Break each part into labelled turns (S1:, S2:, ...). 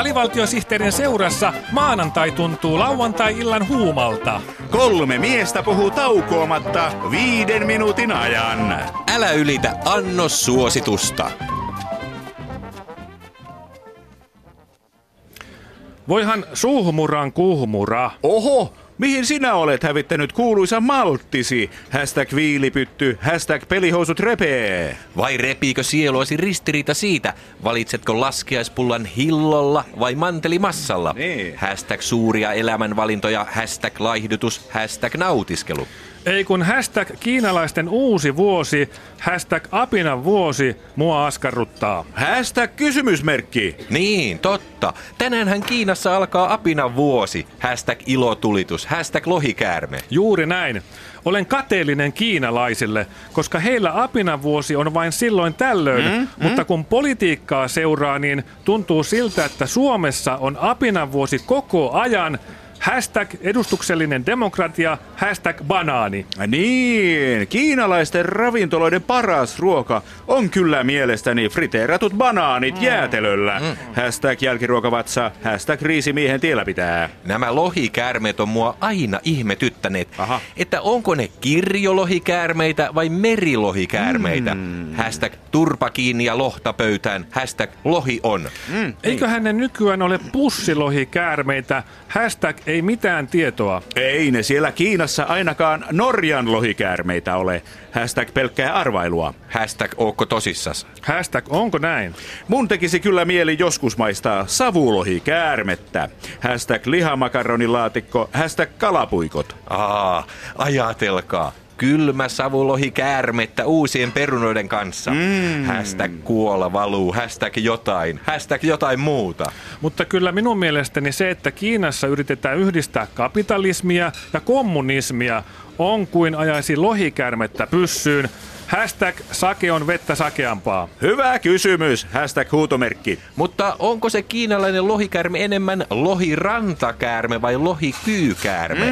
S1: Alivaltiosihteerin seurassa maanantai tuntuu lauantai-illan huumalta.
S2: 3 miestä puhuu taukoamatta 5 minuutin ajan.
S3: Älä ylitä annossuositusta.
S1: Voihan suuhumuran kuuhumura.
S2: Oho, mihin sinä olet hävittänyt kuuluisa malttisi? #viilipytty, #pelihousut repee.
S3: Vai repiikö sieluasi ristiriita siitä? Valitsetko laskiaispullan hillolla vai mantelimassalla?
S2: Niin.
S3: #suuria elämänvalintoja, #laihdutus, #nautiskelu.
S1: Ei kun #kiinalaisten uusi vuosi, #apinan vuosi mua askarruttaa.
S2: #kysymysmerkki.
S3: Niin, totta. Tänäänhän Kiinassa alkaa apinan vuosi. #ilotulitus, #lohikäärme.
S1: Juuri näin. Olen kateellinen kiinalaisille, koska heillä apinan vuosi on vain silloin tällöin, mutta kun politiikkaa seuraa, niin tuntuu siltä, että Suomessa on apinan vuosi koko ajan. #edustuksellinen demokratia, #banaani.
S2: Niin, kiinalaisten ravintoloiden paras ruoka on kyllä mielestäni friteeratut banaanit jäätelöllä. #jälkiruokavatsa, #riisimiehen tiellä pitää.
S3: Nämä lohikäärmeet on mua aina ihmetyttäneet,
S2: Aha.
S3: että onko ne kirjolohikäärmeitä vai merilohikäärmeitä. #turpa kiinni ja lohta pöytään, #lohi on.
S1: Eiköhän ne nykyään ole pussilohikäärmeitä, #ei mitään tietoa.
S2: Ei ne siellä Kiinassa ainakaan Norjan lohikäärmeitä ole. #pelkkää arvailua.
S3: #ootko tosissas?
S1: Onko näin?
S2: Mun tekisi kyllä mieli joskus maistaa savulohikäärmettä. #lihamakarronilaatikko, #kalapuikot.
S3: Ajatelkaa. Kylmä savulohikäärmettä uusien perunoiden kanssa. #kuola valuu, #jotain, #jotain muuta.
S1: Mutta kyllä minun mielestäni se, että Kiinassa yritetään yhdistää kapitalismia ja kommunismia, on kuin ajaisi lohikäärmettä pyssyyn. #sake on vettä sakeampaa.
S2: Hyvä kysymys. #huutomerkki.
S3: Mutta onko se kiinalainen lohikäärme enemmän lohirantakäärme vai lohikyykärme?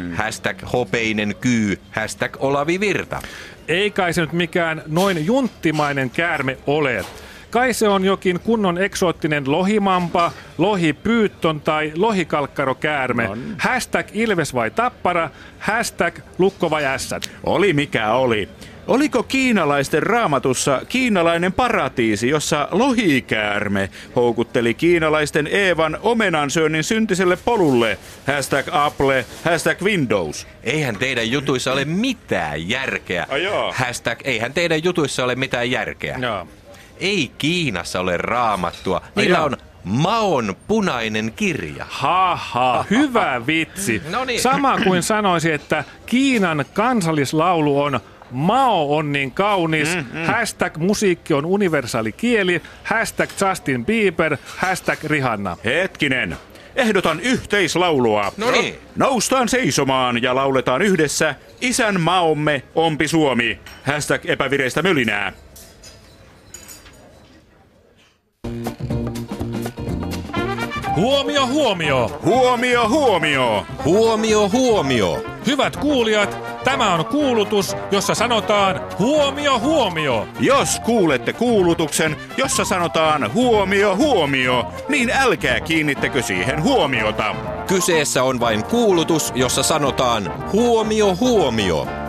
S3: #hopeinen kyy, #Olavi Virta.
S1: Ei kai se nyt mikään noin junttimainen käärme ole. Kai se on jokin kunnon eksoottinen lohimampa, lohipyytton tai lohikalkkarokäärme. #ilves vai tappara, #lukko vai ässät.
S2: Oli mikä oli. Oliko kiinalaisten raamatussa kiinalainen paratiisi, jossa lohikäärme houkutteli kiinalaisten Eevan omenansyönnin syntiselle polulle? #Apple, #Windows.
S3: Eihän teidän jutuissa ole mitään järkeä.
S2: Joo.
S3: Eihän teidän jutuissa ole mitään järkeä.
S1: Joo.
S3: Ei Kiinassa ole raamattua. Niillä on Maon punainen kirja.
S1: Hyvä vitsi.
S3: Noniin.
S1: Sama kuin sanoisi, että Kiinan kansallislaulu on Mao on niin kaunis, #musiikki on universaali kieli, #Justin Bieber, #Rihanna.
S2: Hetkinen. Ehdotan yhteislaulua.
S3: Noniin.
S2: Noustaan seisomaan ja lauletaan yhdessä Isän maomme ompi Suomi. #epävireistä mölinää.
S1: Huomio, huomio!
S2: Huomio, huomio!
S3: Huomio, huomio!
S1: Hyvät kuulijat, tämä on kuulutus, jossa sanotaan huomio, huomio.
S2: Jos kuulette kuulutuksen, jossa sanotaan huomio, huomio, niin älkää kiinnittäkö siihen huomiota.
S3: Kyseessä on vain kuulutus, jossa sanotaan huomio, huomio.